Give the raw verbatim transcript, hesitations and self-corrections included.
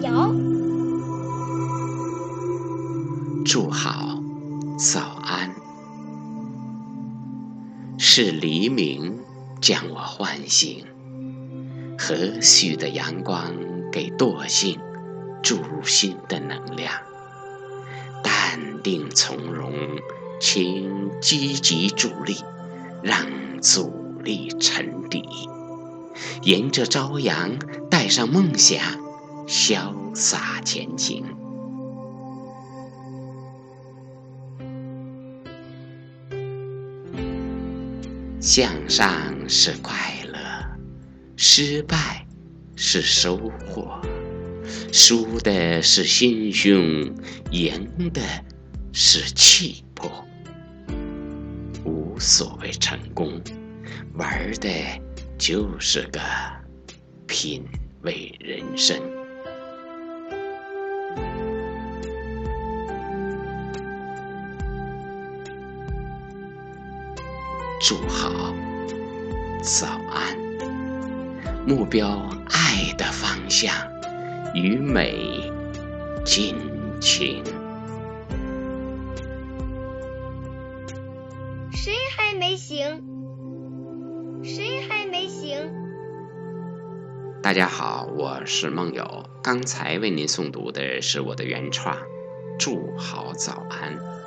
谣。 祝好，早安。是黎明将我唤醒，和煦的阳光给惰性注入新的能量，淡定从容，请积极助力，让阻力沉底，迎着朝阳，带上梦想，潇洒前行。向上是快乐，失败是收获，输的是心胸，赢的是气魄。无所谓成功，玩的就是个品味人生。祝好，早安。目标爱的方向，与美尽情。 谁还没醒？谁还没醒？ 大家好，我是梦友，刚才为您诵读的是我的原创。祝好早安。